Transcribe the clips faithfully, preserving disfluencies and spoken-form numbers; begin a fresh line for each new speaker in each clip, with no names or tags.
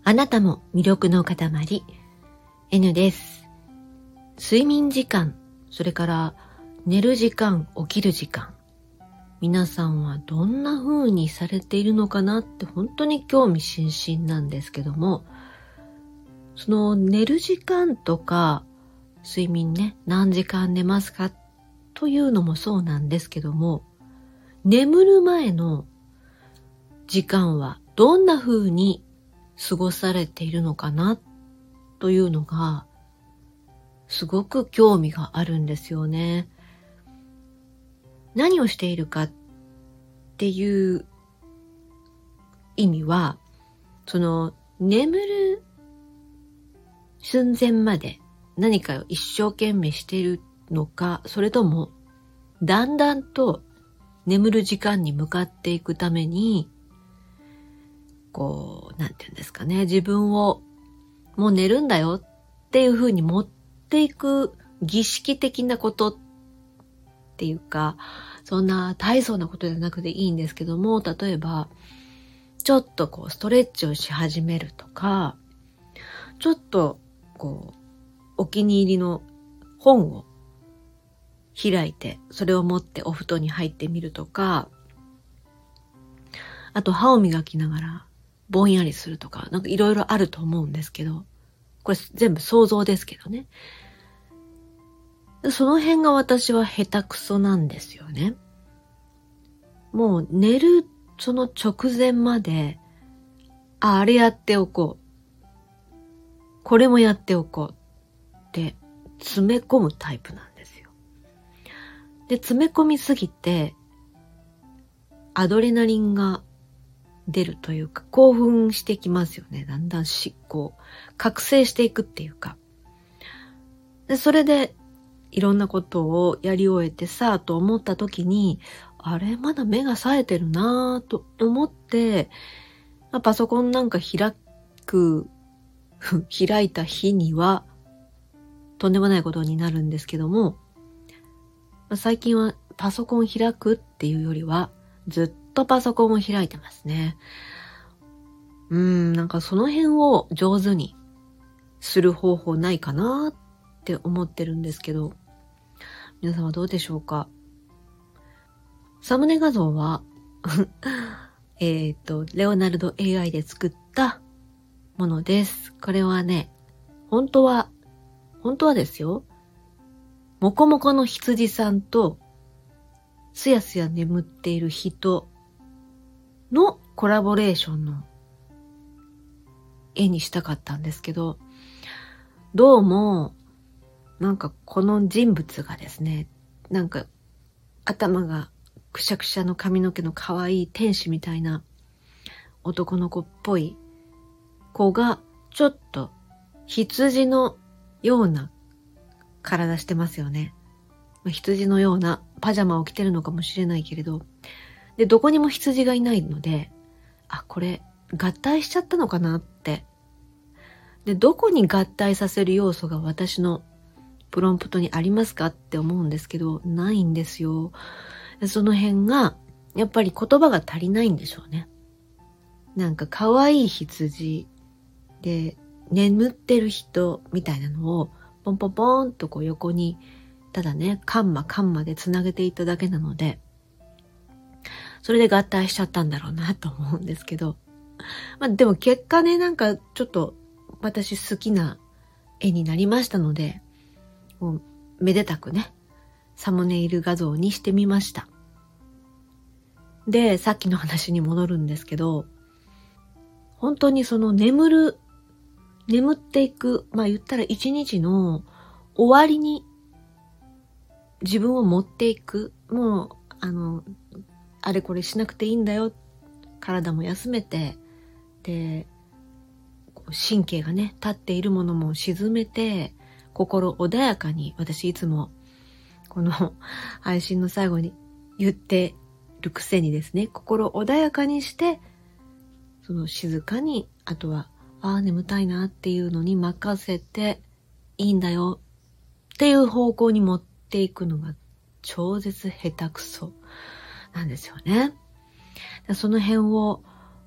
あなたも魅力の塊 N です。睡眠時間、それから寝る時間、起きる時間、皆さんはどんな風にされているのかなって本当に興味津々なんですけども、その寝る時間とか睡眠ね、何時間寝ますかというのもそうなんですけども、眠る前の時間はどんな風に過ごされているのかなというのがすごく興味があるんですよね。何をしているかっていう意味は、その眠る寸前まで何かを一生懸命しているのか、それともだんだんと眠る時間に向かっていくために、こう、なんていうんですかね、自分をもう寝るんだよっていう風に持っていく儀式的なことっていうか、そんな大層なことじゃなくていいんですけども、例えば、ちょっとこうストレッチをし始めるとか、ちょっとこう、お気に入りの本を開いて、それを持ってお布団に入ってみるとか、あと歯を磨きながらぼんやりするとか、なんかいろいろあると思うんですけど、これ全部想像ですけどね。その辺が私は下手くそなんですよね。もう寝るその直前まで、あ、あれやっておこう。これもやっておこうって詰め込むタイプなんですよ。で、詰め込みすぎて、アドレナリンが出るというか、興奮してきますよね。だんだんし、こう、覚醒していくっていうか。で、それで、いろんなことをやり終えてさ、と思った時に、あれ、まだ目が冴えてるなぁと思って、パソコンなんか開く、開いた日には、とんでもないことになるんですけども、最近はパソコン開くっていうよりは、ずっとパソコンを開いてますね。うーん、なんかその辺を上手にする方法ないかなって思ってるんですけど、皆さんはどうでしょうか？サムネ画像は、えっと、レオナルド エーアイ で作ったものです。これはね、本当は、本当はですよ、もこもこの羊さんと、すやすや眠っている人のコラボレーションの絵にしたかったんですけど、どうも、なんかこの人物がですね、なんか頭がくしゃくしゃの髪の毛の可愛い天使みたいな男の子っぽい子がちょっと羊のような体してますよね。羊のようなパジャマを着てるのかもしれないけれど、で、どこにも羊がいないので、あ、これ合体しちゃったのかなって。で、どこに合体させる要素が私のプロンプトにありますかって思うんですけど、ないんですよ。その辺が、やっぱり言葉が足りないんでしょうね。なんか可愛い羊で眠ってる人みたいなのをポンポンポンとこう横にただね、カンマカンマでつなげていただけなので、それで合体しちゃったんだろうなと思うんですけど。まあでも結果ね、なんかちょっと私好きな絵になりましたので、もうめでたくね、サムネイル画像にしてみました。で、さっきの話に戻るんですけど、本当にその眠る、眠っていく、まあ言ったら一日の終わりに自分を持っていく。もう、あの、あれこれしなくていいんだよ。体も休めて、で、神経がね、立っているものも沈めて、心穏やかに、私いつも、この配信の最後に言ってるくせにですね、心穏やかにして、その静かに、あとは、ああ、眠たいなっていうのに任せていいんだよっていう方向に持っていくのが超絶下手くそなんですよね。その辺を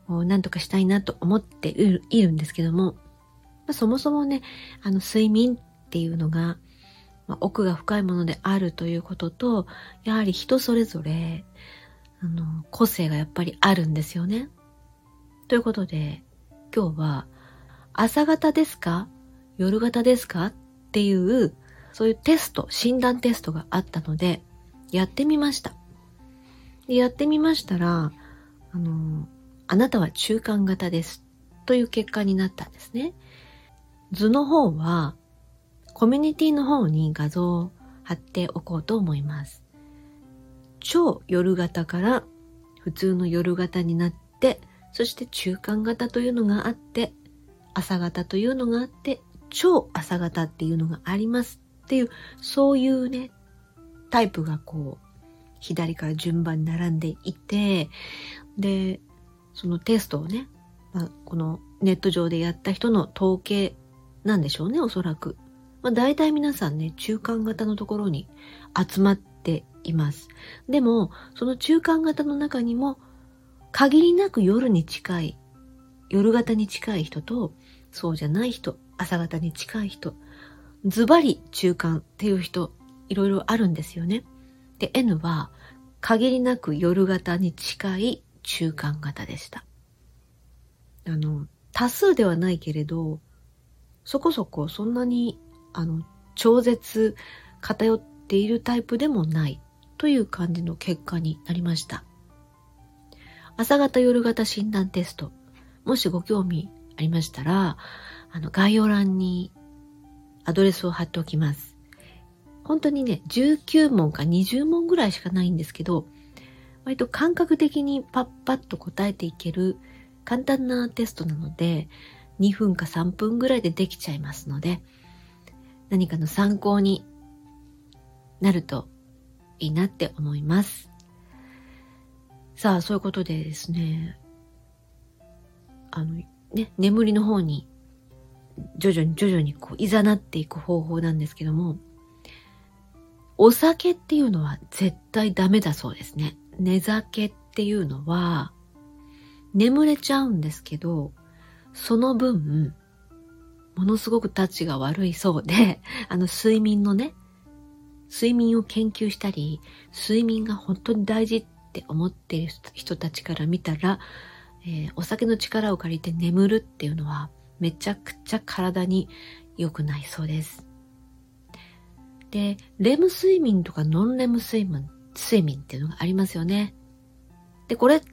なんとかしたいなと思っているんですけども、そもそもね、あの睡眠っていうのが、まあ、奥が深いものであるということと、やはり人それぞれあの個性がやっぱりあるんですよね。ということで、今日は朝型ですか夜型ですかっていうそういうテスト、診断テストがあったのでやってみました。でやってみましたら、あのあなたは中間型ですという結果になったんですね。図の方はコミュニティの方に画像を貼っておこうと思います。超夜型から普通の夜型になって、そして中間型というのがあって、朝型というのがあって、超朝型っていうのがありますっていう、そういうね、タイプがこう、左から順番に並んでいて、で、そのテストをね、まあ、このネット上でやった人の統計なんでしょうね、おそらく。まあ、大体皆さんね、中間型のところに集まっています。でも、その中間型の中にも、限りなく夜に近い、夜型に近い人と、そうじゃない人、朝型に近い人、ズバリ中間っていう人、いろいろあるんですよね。で、N は、限りなく夜型に近い中間型でした。あの、多数ではないけれど、そこそこそんなに、あの、超絶偏っているタイプでもないという感じの結果になりました。朝型夜型診断テスト、もしご興味ありましたら、あの概要欄にアドレスを貼っておきます。本当にね、じゅうきゅうもんかにじゅうもんぐらいしかないんですけど、割と感覚的にパッパッと答えていける簡単なテストなので、にふんかさんぷんぐらいでできちゃいますので、何かの参考になるといいなって思います。さあ、そういうことでですね、あのね、眠りの方に徐々に徐々にこう誘っていく方法なんですけども、お酒っていうのは絶対ダメだそうですね。寝酒っていうのは眠れちゃうんですけど、その分ものすごくタチが悪いそうで、あの睡眠のね、睡眠を研究したり、睡眠が本当に大事って思っている人たちから見たら、えー、お酒の力を借りて眠るっていうのはめちゃくちゃ体に良くないそうです。で、レム睡眠とかノンレム睡眠、睡眠っていうのがありますよね。で、これって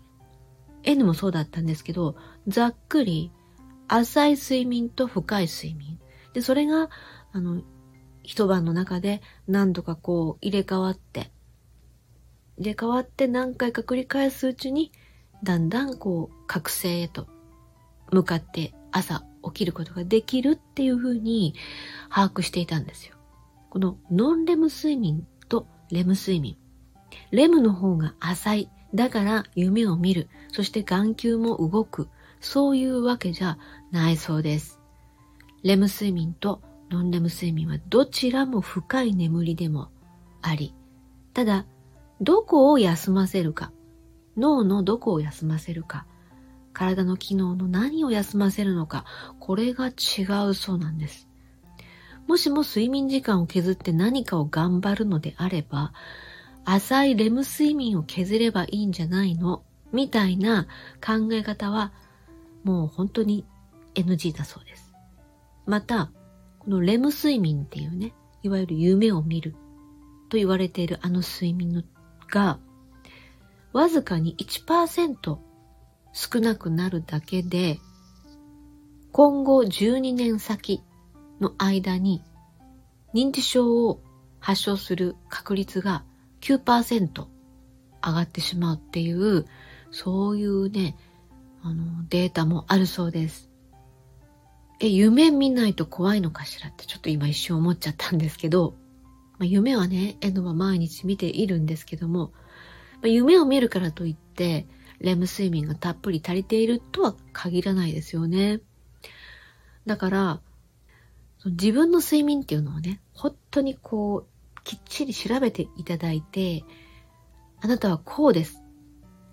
N もそうだったんですけど、ざっくり浅い睡眠と深い睡眠。で、それが、あの、一晩の中で何度かこう入れ替わって、入れ替わって何回か繰り返すうちに、だんだんこう覚醒へと向かって朝起きることができるっていうふうに把握していたんですよ。このノンレム睡眠とレム睡眠。レムの方が浅い。だから夢を見る。そして眼球も動く。そういうわけじゃないそうです。レム睡眠とノンレム睡眠はどちらも深い眠りでもあり。ただ、どこを休ませるか。脳のどこを休ませるか。体の機能の何を休ませるのか。これが違うそうなんです。もしも睡眠時間を削って何かを頑張るのであれば、浅いレム睡眠を削ればいいんじゃないのみたいな考え方はもう本当に エヌジー だそうです。また、このレム睡眠っていうね、いわゆる夢を見ると言われているあの睡眠のが、わずかに いちパーセント 少なくなるだけで、今後じゅうにねん先の間に認知症を発症する確率が きゅうパーセント 上がってしまうっていう、そういうね、あのデータもあるそうです。え、夢見ないと怖いのかしらってちょっと今一瞬思っちゃったんですけど、まあ、夢はね、Nは毎日見ているんですけども、まあ、夢を見るからといってレム睡眠がたっぷり足りているとは限らないですよね。だから自分の睡眠っていうのをね、本当にこうきっちり調べていただいて、あなたはこうです。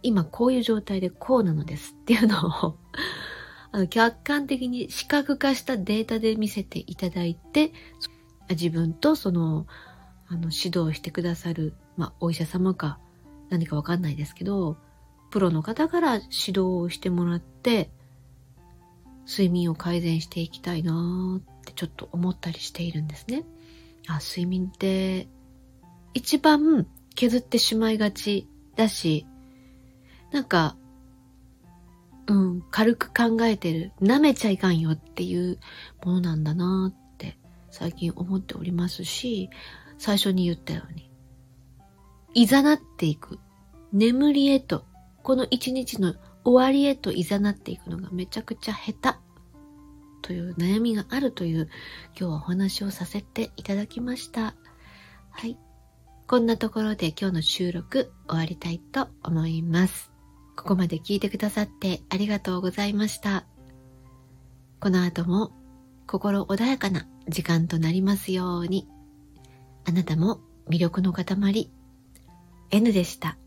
今こういう状態でこうなのですっていうのをあの客観的に視覚化したデータで見せていただいて、自分とそのあの指導してくださる、まあ、お医者様か何かわかんないですけど、プロの方から指導をしてもらって睡眠を改善していきたいなーってちょっと思ったりしているんですね。あ、睡眠って一番削ってしまいがちだし、なんか、うん、軽く考えてる、舐めちゃいかんよっていうものなんだなって最近思っておりますし、最初に言ったように、いざなっていく、眠りへと、この一日の終わりへといざなっていくのがめちゃくちゃ下手という悩みがあるという今日はお話をさせていただきました。はい。こんなところで今日の収録終わりたいと思います。ここまで聞いてくださってありがとうございました。この後も心穏やかな時間となりますように。あなたも魅力の塊 N でした。